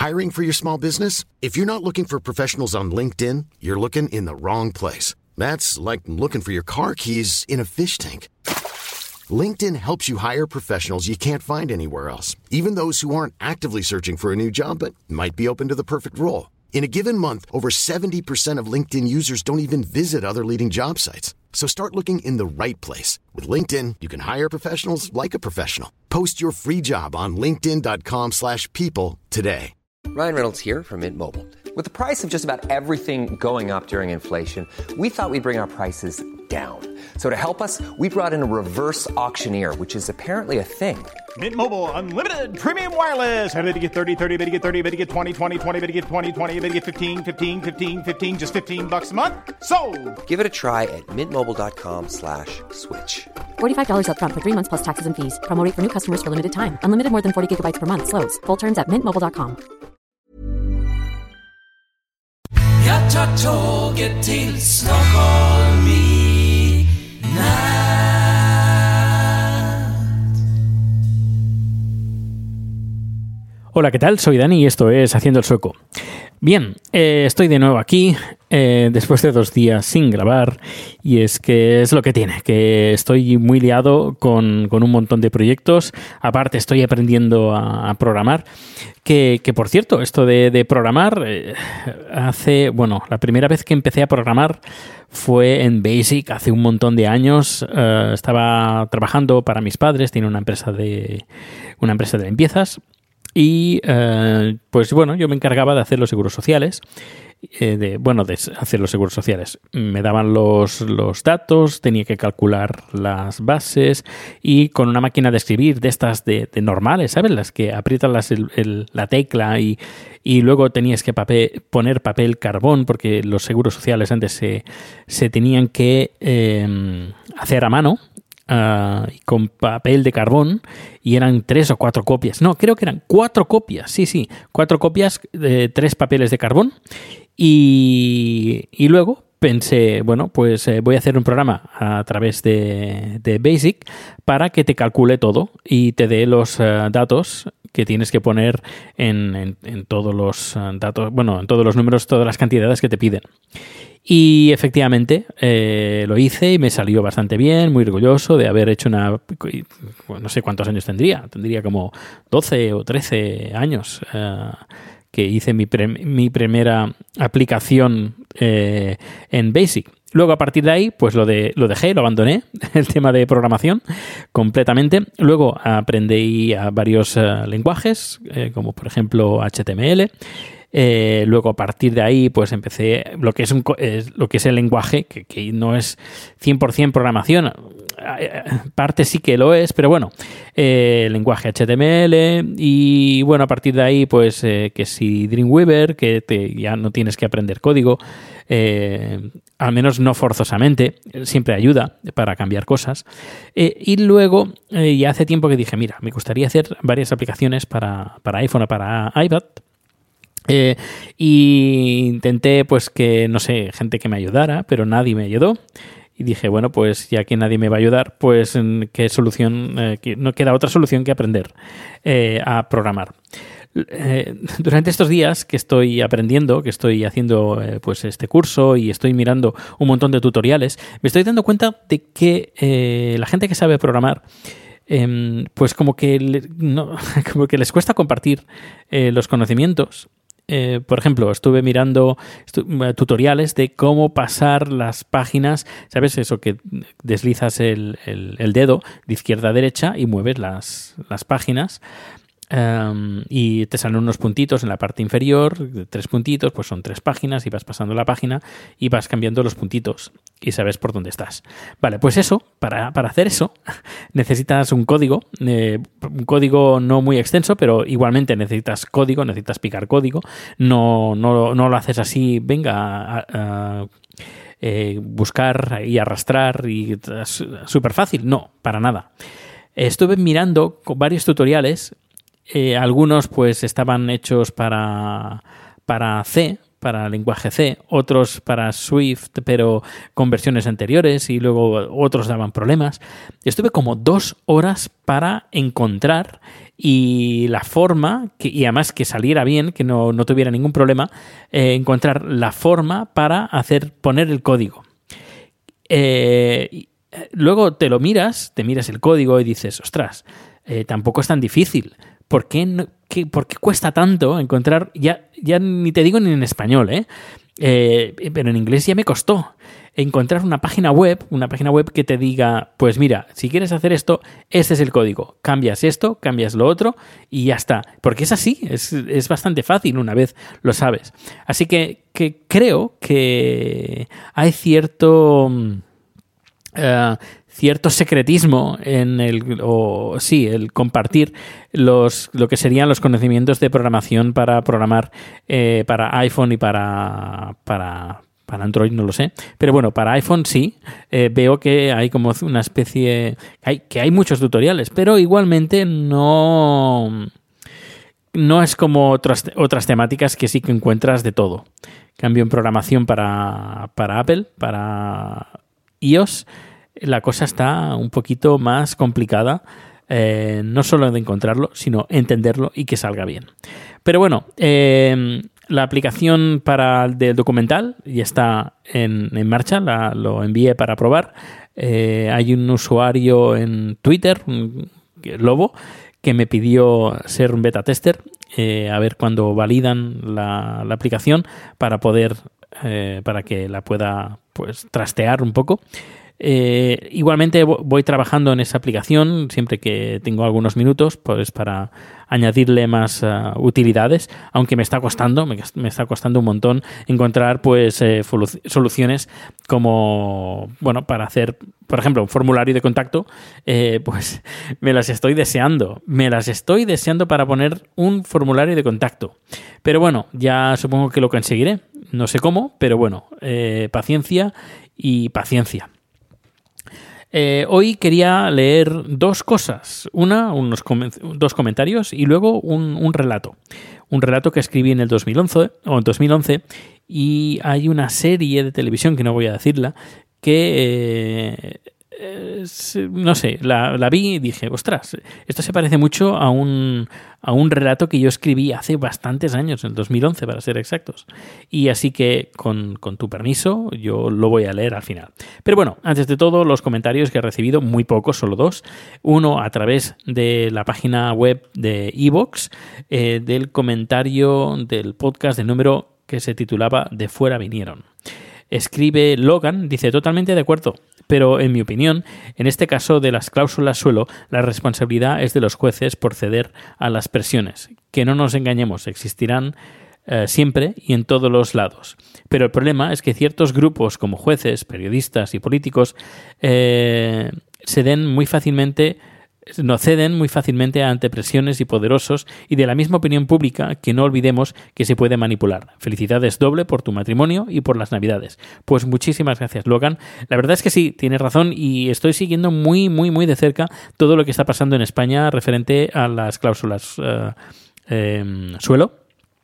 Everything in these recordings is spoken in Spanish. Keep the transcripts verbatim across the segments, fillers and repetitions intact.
Hiring for your small business? If you're not looking for professionals on LinkedIn, you're looking in the wrong place. That's like looking for your car keys in a fish tank. LinkedIn helps you hire professionals you can't find anywhere else, even those who aren't actively searching for a new job but might be open to the perfect role. In a given month, over seventy percent of LinkedIn users don't even visit other leading job sites. So start looking in the right place. With LinkedIn, you can hire professionals like a professional. Post your free job on linkedin dot com slash people today. Ryan Reynolds here from Mint Mobile. With the price of just about everything going up during inflation, we thought we'd bring our prices down. So to help us, we brought in a reverse auctioneer, which is apparently a thing. Mint Mobile Unlimited Premium Wireless. How to get thirty, thirty, how to get thirty, how to get twenty, twenty, twenty, how to get twenty, twenty, how to get fifteen, fifteen, fifteen, fifteen, just fifteen bucks a month? Sold! Give it a try at mintmobile.com slash switch. forty-five dollars up front for three months plus taxes and fees. Promo rate for new customers for limited time. Unlimited more than forty gigabytes per month. Slows full terms at mint mobile dot com. Jag tar tåget till Stockholm i natt. Hola, ¿qué tal? Soy Dani y esto es Haciendo el Sueco. Bien, eh, estoy de nuevo aquí eh, después de dos días sin grabar y es que es lo que tiene, que estoy muy liado con, con un montón de proyectos. Aparte estoy aprendiendo a, a programar, que, que por cierto, esto de, de programar eh, hace, bueno, la primera vez que empecé a programar fue en Basic hace un montón de años. Eh, estaba trabajando para mis padres, tiene una empresa de, una empresa de limpiezas. Y eh, pues bueno, yo me encargaba de hacer los seguros sociales, eh, de, bueno, de hacer los seguros sociales. Me daban los, los datos, tenía que calcular las bases y con una máquina de escribir de estas de, de normales, ¿sabes? Las que aprietan las, el, el, la tecla y, y luego tenías que papel, poner papel carbón porque los seguros sociales antes se, se tenían que eh, hacer a mano. Uh, con papel de carbón y eran tres o cuatro copias. No, creo que eran cuatro copias. Sí, sí, cuatro copias de tres papeles de carbón. Y, y luego pensé, bueno, pues eh, voy a hacer un programa a través de, de Basic para que te calcule todo y te dé los uh, datos que tienes que poner en, en, en todos los uh, datos, bueno, en todos los números, todas las cantidades que te piden. Y efectivamente eh, lo hice y me salió bastante bien, muy orgulloso de haber hecho una... No sé cuántos años tendría, tendría como doce o trece años eh, que hice mi, pre, mi primera aplicación eh, en Basic. Luego a partir de ahí pues lo, de, lo dejé, lo abandoné, el tema de programación completamente. Luego aprendí a varios uh, lenguajes, eh, como por ejemplo H T M L. Eh, luego a partir de ahí pues empecé lo que es, un, eh, lo que es el lenguaje, que, que no es cien por ciento programación, parte sí que lo es, pero bueno, eh, el lenguaje H T M L y bueno, a partir de ahí pues eh, que si Dreamweaver, que te, ya no tienes que aprender código, eh, al menos no forzosamente, siempre ayuda para cambiar cosas. Eh, y luego eh, ya hace tiempo que dije, mira, me gustaría hacer varias aplicaciones para, para iPhone o para iPad. Eh, y intenté pues que, no sé, gente que me ayudara, pero nadie me ayudó. Y dije, bueno, pues ya que nadie me va a ayudar, pues qué solución, eh, que no queda otra solución que aprender eh, a programar. Eh, durante estos días que estoy aprendiendo, que estoy haciendo eh, pues este curso y estoy mirando un montón de tutoriales, me estoy dando cuenta de que eh, la gente que sabe programar eh, pues como que, le, no, como que les cuesta compartir eh, los conocimientos. Eh, por ejemplo, estuve mirando estu- tutoriales de cómo pasar las páginas, ¿sabes? Eso que deslizas el, el, el dedo de izquierda a derecha y mueves las, las páginas. Um, y te salen unos puntitos en la parte inferior, tres puntitos, pues son tres páginas y vas pasando la página y vas cambiando los puntitos y sabes por dónde estás. Vale, pues eso, para, para hacer eso necesitas un código, eh, un código no muy extenso, pero igualmente necesitas código, necesitas picar código, no, no, no lo haces así, venga, a, a, eh, buscar y arrastrar y súper fácil, no, para nada. Estuve mirando con varios tutoriales. Eh, algunos pues estaban hechos para, para C, para lenguaje C, otros para Swift, pero con versiones anteriores, y luego otros daban problemas. Estuve como dos horas para encontrar y la forma, que, y además que saliera bien, que no, no tuviera ningún problema, eh, encontrar la forma para hacer poner el código. Eh, luego te lo miras, te miras el código y dices, ostras, eh, tampoco es tan difícil. ¿Por qué, no, qué, ¿Por qué cuesta tanto encontrar, ya, ya ni te digo ni en español, ¿eh? Eh, pero en inglés ya me costó encontrar una página web, una página web que te diga, pues mira, si quieres hacer esto, este es el código, cambias esto, cambias lo otro y ya está, porque es así, es, es bastante fácil una vez lo sabes. Así que, que creo que hay cierto... Uh, cierto secretismo en el, o sí, el compartir los, lo que serían los conocimientos de programación para programar eh, para iPhone y para, para, para Android, no lo sé. Pero bueno, para iPhone sí, eh, veo que hay como una especie, hay, que hay muchos tutoriales, pero igualmente no, no es como otras, otras temáticas que sí que encuentras de todo. Cambio en programación para, para Apple, para iOS, la cosa está un poquito más complicada, eh, no solo de encontrarlo, sino entenderlo y que salga bien. Pero bueno, eh, la aplicación para el del documental ya está en, en marcha, la, lo envié para probar. Eh, hay un usuario en Twitter, un, Lobo, que me pidió ser un beta tester, eh, a ver cuándo validan la, la aplicación para poder, eh, para que la pueda pues trastear un poco. Eh, igualmente voy trabajando en esa aplicación siempre que tengo algunos minutos, pues para añadirle más uh, utilidades, aunque me está costando, me, me está costando un montón encontrar pues eh, soluciones como, bueno, para hacer, por ejemplo, un formulario de contacto, eh, pues me las estoy deseando, me las estoy deseando para poner un formulario de contacto. Pero bueno, ya supongo que lo conseguiré, no sé cómo, pero bueno, eh, paciencia y paciencia. Eh, hoy quería leer dos cosas. Una, unos com- dos comentarios y luego un, un relato. Un relato que escribí en el dos mil once, o en dos mil once, y hay una serie de televisión, que no voy a decirla, que... Eh, Es, no sé, la, la vi y dije, ostras, esto se parece mucho a un, a un relato que yo escribí hace bastantes años, en el dos mil once para ser exactos. Y así que, con, con tu permiso, yo lo voy a leer al final. Pero bueno, antes de todo, los comentarios que he recibido, muy pocos, solo dos. Uno a través de la página web de iVoox, eh, del comentario del podcast del número que se titulaba De fuera vinieron. Escribe Logan, dice, totalmente de acuerdo, pero en mi opinión, en este caso de las cláusulas suelo, la responsabilidad es de los jueces por ceder a las presiones. Que no nos engañemos, existirán eh, siempre y en todos los lados. Pero el problema es que ciertos grupos como jueces, periodistas y políticos eh, se den muy fácilmente... no ceden muy fácilmente ante presiones y poderosos y de la misma opinión pública que no olvidemos que se puede manipular. Felicidades doble por tu matrimonio y por las Navidades. Pues muchísimas gracias, Logan. La verdad es que sí, tienes razón y estoy siguiendo muy, muy, muy de cerca todo lo que está pasando en España referente a las cláusulas uh, eh, suelo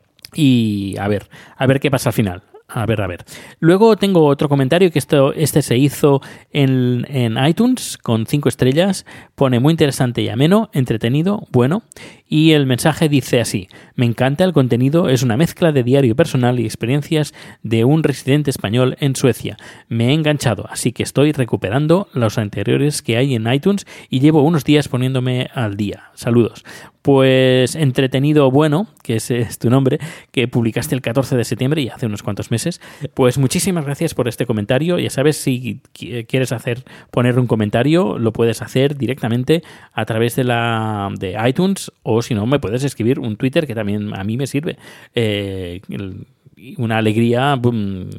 y a ver, a ver qué pasa al final. A ver, a ver. Luego tengo otro comentario que esto, este se hizo en, en iTunes con cinco estrellas. Pone muy interesante y ameno, entretenido, bueno. Y el mensaje dice así: me encanta el contenido, es una mezcla de diario personal y experiencias de un residente español en Suecia. Me he enganchado, así que estoy recuperando los anteriores que hay en iTunes y llevo unos días poniéndome al día. Saludos. Pues entretenido bueno, que ese es tu nombre, que publicaste el catorce de septiembre y hace unos cuantos meses. Pues muchísimas gracias por este comentario. Ya sabes, si quieres hacer poner un comentario, lo puedes hacer directamente a través de la de iTunes, o si no, me puedes escribir un Twitter, que también a mí me sirve. Eh, el, una alegría boom,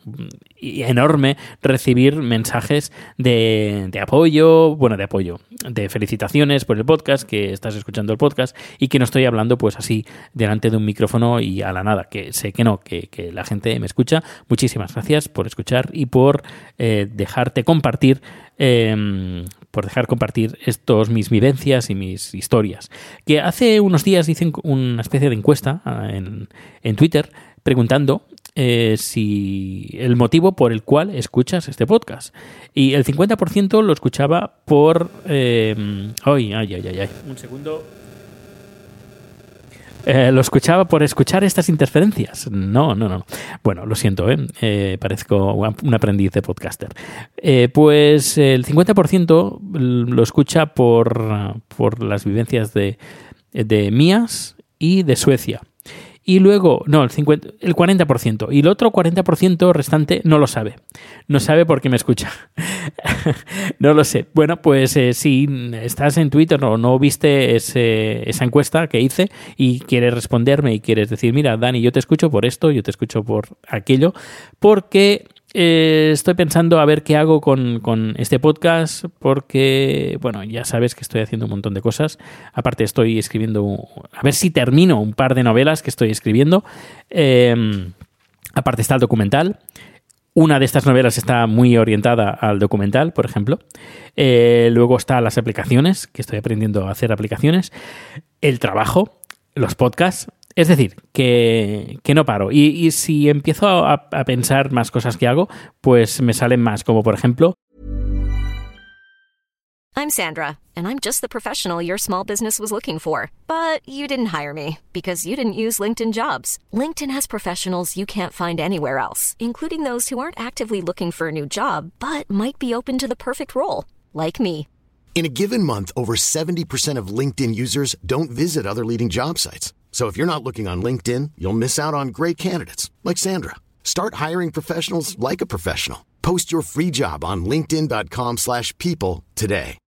enorme recibir mensajes de, de apoyo, bueno, de apoyo, de felicitaciones por el podcast, que estás escuchando el podcast y que no estoy hablando pues así delante de un micrófono y a la nada, que sé que no, que, que la gente me escucha. Muchísimas gracias por escuchar y por eh, dejarte compartir Eh, por dejar compartir estos mis vivencias y mis historias. Que hace unos días hice una especie de encuesta en, en Twitter preguntando eh, si el motivo por el cual escuchas este podcast. Y el cincuenta por ciento lo escuchaba por... Eh, ay, ay, ay, ay, ay. Un segundo... Eh, lo escuchaba por escuchar estas interferencias. No, no, no. Bueno, lo siento, ¿eh? Eh, parezco un aprendiz de podcaster. Eh, pues el cincuenta por ciento lo escucha por, por las vivencias de, de mías y de Suecia. Y luego, no, el, cincuenta, el cuarenta por ciento. Y el otro cuarenta por ciento restante no lo sabe. No sabe por qué me escucha. No lo sé. Bueno, pues eh, si estás en Twitter o no, no viste ese, esa encuesta que hice y quieres responderme y quieres decir, mira, Dani, yo te escucho por esto, yo te escucho por aquello, porque... Eh, estoy pensando a ver qué hago con, con este podcast porque, bueno, ya sabes que estoy haciendo un montón de cosas. Aparte estoy escribiendo, a ver si termino un par de novelas que estoy escribiendo. Eh, aparte está el documental. Una de estas novelas está muy orientada al documental, por ejemplo. Eh, luego están las aplicaciones, que estoy aprendiendo a hacer aplicaciones. El trabajo, los podcasts. Es decir, que, que no paro. Y, y si empiezo a, a pensar más cosas que hago, pues me salen más, como por ejemplo... I'm Sandra, and I'm just the professional your small business was looking for. But you didn't hire me, because you didn't use LinkedIn Jobs. LinkedIn has professionals you can't find anywhere else, including those who aren't actively looking for a new job, but might be open to the perfect role, like me. In a given month, over seventy percent of LinkedIn users don't visit other leading job sites. So if you're not looking on LinkedIn, you'll miss out on great candidates like Sandra. Start hiring professionals like a professional. Post your free job on linkedin.com slash people today.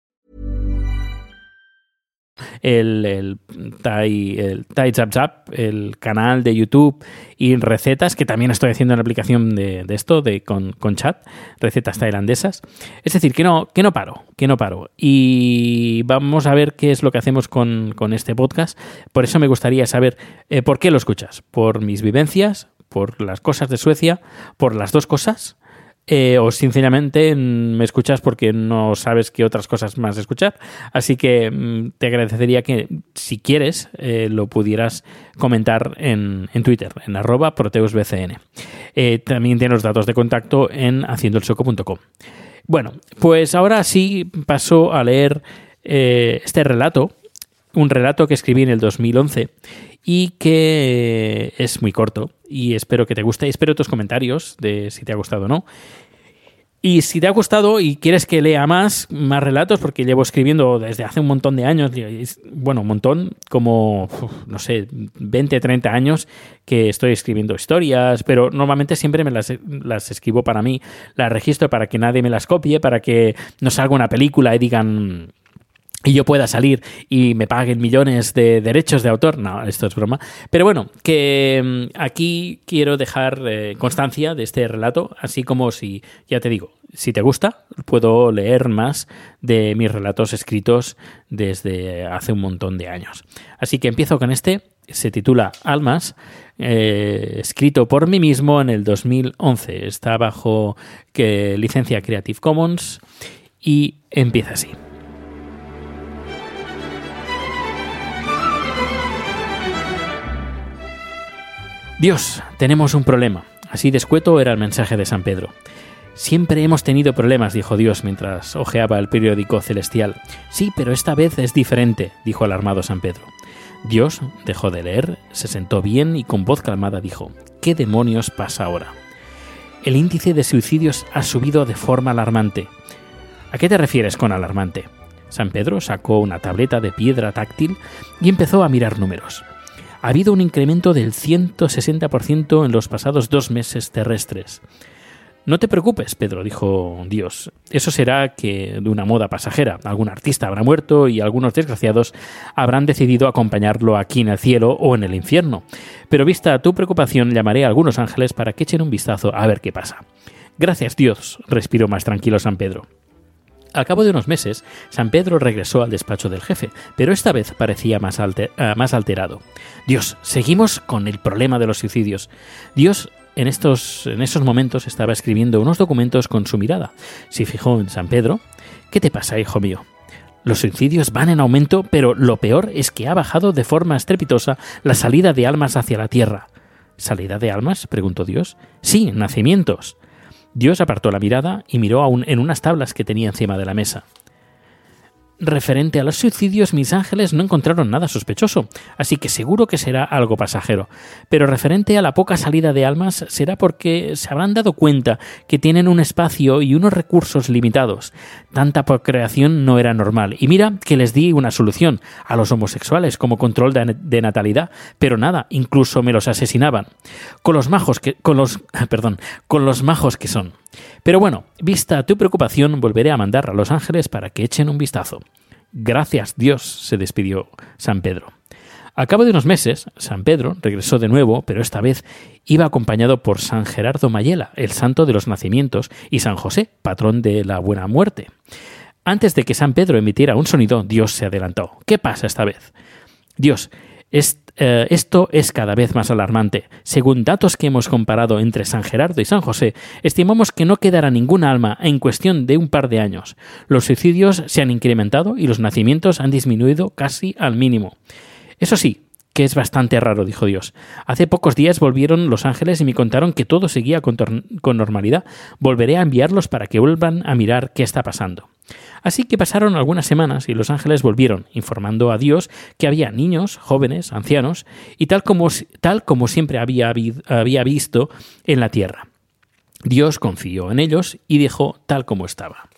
El, el, Tai, el Tai Zap Zap, el canal de YouTube y recetas, que también estoy haciendo en la aplicación de, de esto, de con, con chat, recetas tailandesas. Es decir, que no, que no paro, que no paro. Y vamos a ver qué es lo que hacemos con, con este podcast. Por eso me gustaría saber eh, por qué lo escuchas. Por mis vivencias, por las cosas de Suecia, por las dos cosas. Eh, o sinceramente me escuchas porque no sabes qué otras cosas más escuchar. Así que mm, te agradecería que, si quieres, eh, lo pudieras comentar en, en Twitter, en arroba proteusbcn. Eh, también tienes los datos de contacto en haciendo el sueco punto com. Bueno, pues ahora sí paso a leer eh, este relato, un relato que escribí en el dos mil once y que es muy corto y espero que te guste. Espero tus comentarios de si te ha gustado o no. Y si te ha gustado y quieres que lea más, más relatos, porque llevo escribiendo desde hace un montón de años, bueno, un montón, como, no sé, veinte, treinta años que estoy escribiendo historias, pero normalmente siempre me las, las escribo para mí, las registro para que nadie me las copie, para que no salga una película y digan... y yo pueda salir y me paguen millones de derechos de autor. No, esto es broma. Pero bueno, que aquí quiero dejar eh, constancia de este relato, así como si, ya te digo, si te gusta, puedo leer más de mis relatos escritos desde hace un montón de años. Así que empiezo con este, se titula Almas, eh, escrito por mí mismo en el dos mil once. Está bajo que, licencia Creative Commons y empieza así. Dios, tenemos un problema. Así de escueto era el mensaje de San Pedro. Siempre hemos tenido problemas, dijo Dios mientras hojeaba el periódico celestial. Sí, pero esta vez es diferente, dijo alarmado San Pedro. Dios dejó de leer, se sentó bien y con voz calmada dijo: ¿Qué demonios pasa ahora? El índice de suicidios ha subido de forma alarmante. ¿A qué te refieres con alarmante? San Pedro sacó una tableta de piedra táctil y empezó a mirar números. Ha habido un incremento del ciento sesenta por ciento en los pasados dos meses terrestres. No te preocupes, Pedro, dijo Dios. Eso será que de una moda pasajera. Algún artista habrá muerto y algunos desgraciados habrán decidido acompañarlo aquí en el cielo o en el infierno. Pero vista tu preocupación, llamaré a algunos ángeles para que echen un vistazo a ver qué pasa. Gracias, Dios, respiró más tranquilo San Pedro. Al cabo de unos meses, San Pedro regresó al despacho del jefe, pero esta vez parecía más, alter, uh, más alterado. Dios, seguimos con el problema de los suicidios. Dios en estos, en esos momentos estaba escribiendo unos documentos con su mirada. Se fijó en San Pedro. ¿Qué te pasa, hijo mío? Los suicidios van en aumento, pero lo peor es que ha bajado de forma estrepitosa la salida de almas hacia la tierra. ¿Salida de almas?, preguntó Dios. Sí, nacimientos. Dios apartó la mirada y miró aún en unas tablas que tenía encima de la mesa. Referente a los suicidios, mis ángeles no encontraron nada sospechoso, así que seguro que será algo pasajero. Pero referente a la poca salida de almas, será porque se habrán dado cuenta que tienen un espacio y unos recursos limitados. Tanta procreación no era normal. Y mira que les di una solución a los homosexuales como control de, de natalidad, pero nada, incluso me los asesinaban. Con los majos que, con los, perdón, con los majos que son. Pero bueno, vista tu preocupación, volveré a mandar a los ángeles para que echen un vistazo. Gracias, Dios, se despidió San Pedro. Al cabo de unos meses, San Pedro regresó de nuevo, pero esta vez iba acompañado por San Gerardo Mayela, el santo de los nacimientos, y San José, patrón de la buena muerte. Antes de que San Pedro emitiera un sonido, Dios se adelantó. ¿Qué pasa esta vez? Dios, es, eh, esto es cada vez más alarmante. Según datos que hemos comparado entre San Gerardo y San José, estimamos que no quedará ninguna alma en cuestión de un par de años. Los suicidios se han incrementado y los nacimientos han disminuido casi al mínimo. Eso sí, que es bastante raro, dijo Dios. Hace pocos días volvieron los ángeles y me contaron que todo seguía con, con normalidad. Volveré a enviarlos para que vuelvan a mirar qué está pasando. Así que pasaron algunas semanas y los ángeles volvieron, informando a Dios que había niños, jóvenes, ancianos, y tal como, tal como siempre había, había visto en la tierra. Dios confió en ellos y dejó tal como estaba.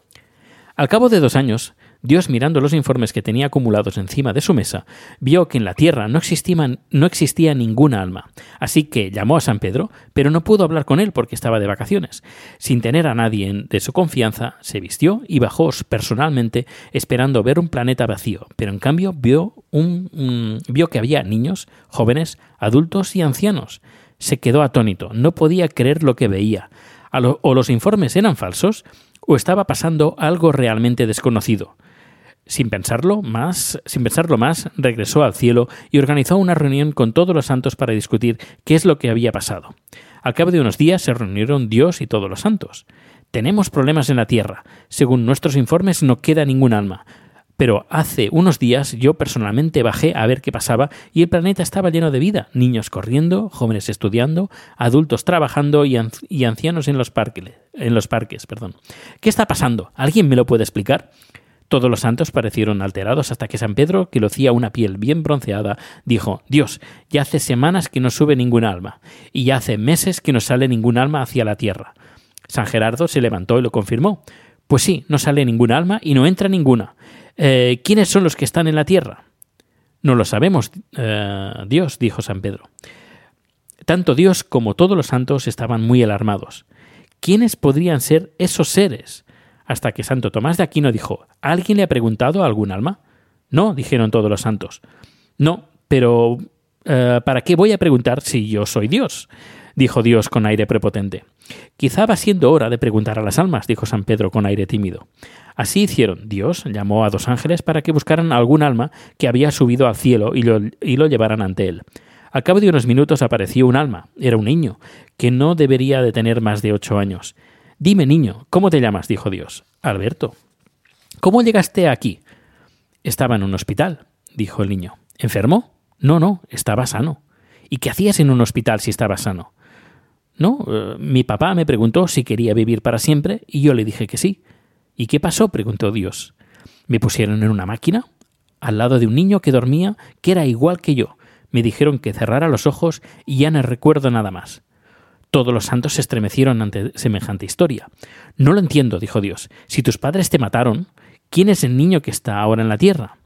Al cabo de dos años, Dios, mirando los informes que tenía acumulados encima de su mesa, vio que en la tierra no existía, no existía ninguna alma. Así que llamó a San Pedro, pero no pudo hablar con él porque estaba de vacaciones. Sin tener a nadie de su confianza, se vistió y bajó personalmente esperando ver un planeta vacío, pero en cambio vio, un, un, vio que había niños, jóvenes, adultos y ancianos. Se quedó atónito, no podía creer lo que veía. A lo, o los informes eran falsos, o estaba pasando algo realmente desconocido. Sin pensarlo más, sin pensarlo más, regresó al cielo y organizó una reunión con todos los santos para discutir qué es lo que había pasado. Al cabo de unos días se reunieron Dios y todos los santos. Tenemos problemas en la tierra. Según nuestros informes no queda ningún alma. Pero hace unos días yo personalmente bajé a ver qué pasaba y el planeta estaba lleno de vida. Niños corriendo, jóvenes estudiando, adultos trabajando y, anci- y ancianos en los, parque, en los parques. Perdón. ¿Qué está pasando? ¿Alguien me lo puede explicar? Todos los santos parecieron alterados hasta que San Pedro, que lucía una piel bien bronceada, dijo: Dios, ya hace semanas que no sube ningún alma, y ya hace meses que no sale ningún alma hacia la tierra. San Gerardo se levantó y lo confirmó. Pues sí, no sale ningún alma y no entra ninguna. Eh, ¿Quiénes son los que están en la tierra? No lo sabemos, eh, Dios, dijo San Pedro. Tanto Dios como todos los santos estaban muy alarmados. ¿Quiénes podrían ser esos seres? Hasta que Santo Tomás de Aquino dijo: ¿alguien le ha preguntado a algún alma? No, dijeron todos los santos. No, pero eh, ¿para qué voy a preguntar si yo soy Dios? Dijo Dios con aire prepotente. Quizá va siendo hora de preguntar a las almas, dijo San Pedro con aire tímido. Así hicieron. Dios llamó a dos ángeles para que buscaran algún alma que había subido al cielo y lo, y lo llevaran ante él. Al cabo de unos minutos apareció un alma. Era un niño, que no debería de tener más de ocho años. Dime, niño, ¿cómo te llamas?, dijo Dios. Alberto. ¿Cómo llegaste aquí? Estaba en un hospital, dijo el niño. ¿Enfermo? No, no, estaba sano. ¿Y qué hacías en un hospital si estabas sano? No, eh, mi papá me preguntó si quería vivir para siempre y yo le dije que sí. ¿Y qué pasó?, preguntó Dios. Me pusieron en una máquina, al lado de un niño que dormía, que era igual que yo. Me dijeron que cerrara los ojos y ya no recuerdo nada más. Todos los santos se estremecieron ante semejante historia. No lo entiendo, dijo Dios. Si tus padres te mataron, ¿quién es el niño que está ahora en la tierra?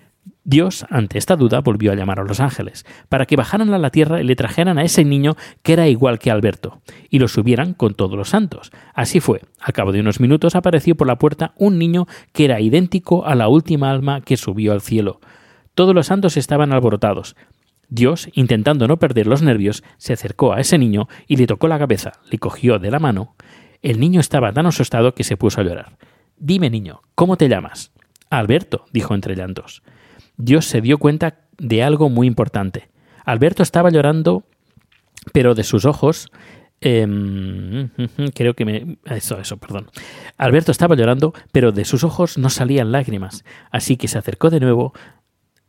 Dios, ante esta duda, volvió a llamar a los ángeles, para que bajaran a la tierra y le trajeran a ese niño que era igual que Alberto, y lo subieran con todos los santos. Así fue. Al cabo de unos minutos apareció por la puerta un niño que era idéntico a la última alma que subió al cielo. Todos los santos estaban alborotados. Dios, intentando no perder los nervios, se acercó a ese niño y le tocó la cabeza, le cogió de la mano. El niño estaba tan asustado que se puso a llorar. Dime, niño, ¿cómo te llamas? Alberto, dijo entre llantos. Dios se dio cuenta de algo muy importante. Alberto estaba llorando, pero de sus ojos... Eh, creo que me... Eso, eso, perdón. Alberto estaba llorando, pero de sus ojos no salían lágrimas, así que se acercó de nuevo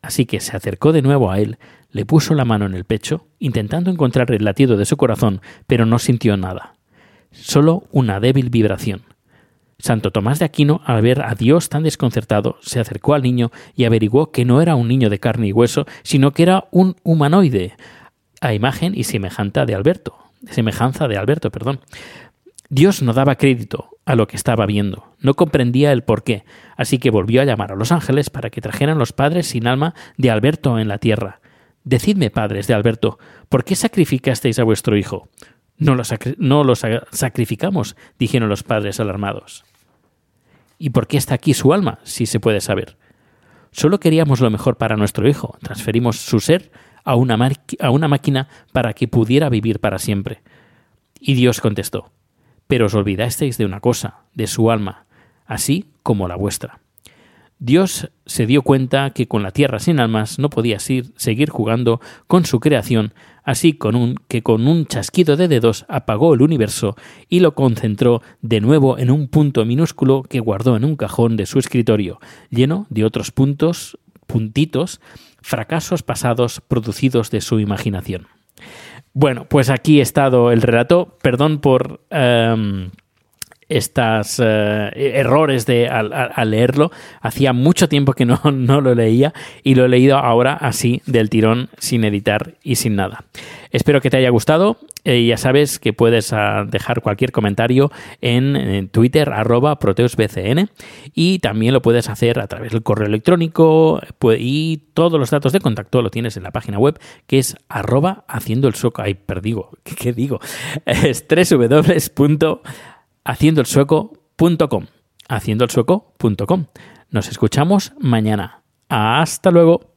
Así que se acercó de nuevo a él, le puso la mano en el pecho, intentando encontrar el latido de su corazón, pero no sintió nada. Solo una débil vibración. Santo Tomás de Aquino, al ver a Dios tan desconcertado, se acercó al niño y averiguó que no era un niño de carne y hueso, sino que era un humanoide, a imagen y semejanza de Alberto. Semejanza de Alberto, perdón. Dios no daba crédito a lo que estaba viendo, no comprendía el porqué, así que volvió a llamar a los ángeles para que trajeran los padres sin alma de Alberto en la tierra. Decidme, padres de Alberto, ¿por qué sacrificasteis a vuestro hijo? No lo, sacri- no lo sa- sacrificamos, dijeron los padres alarmados. ¿Y por qué está aquí su alma, si se puede saber? Solo queríamos lo mejor para nuestro hijo, transferimos su ser a una, ma- a una máquina para que pudiera vivir para siempre. Y Dios contestó, pero os olvidasteis de una cosa, de su alma, así como la vuestra. Dios se dio cuenta que con la tierra sin almas no podía seguir jugando con su creación, así con un, que con un chasquido de dedos apagó el universo y lo concentró de nuevo en un punto minúsculo que guardó en un cajón de su escritorio, lleno de otros puntos, puntitos, fracasos pasados producidos de su imaginación. Bueno, pues aquí ha estado el relato. Perdón por um, estos uh, errores de, al, al leerlo. Hacía mucho tiempo que no, no lo leía y lo he leído ahora así del tirón, sin editar y sin nada. Espero que te haya gustado. Eh, ya sabes que puedes uh, dejar cualquier comentario en, en Twitter, arroba proteusbcn, y también lo puedes hacer a través del correo electrónico, pues, y todos los datos de contacto lo tienes en la página web, que es arroba haciendo el sueco. Ay, perdigo, ¿qué, qué digo? Es doble u doble u doble u punto haciendo el sueco punto com. haciendo el sueco punto com. Nos escuchamos mañana. Hasta luego.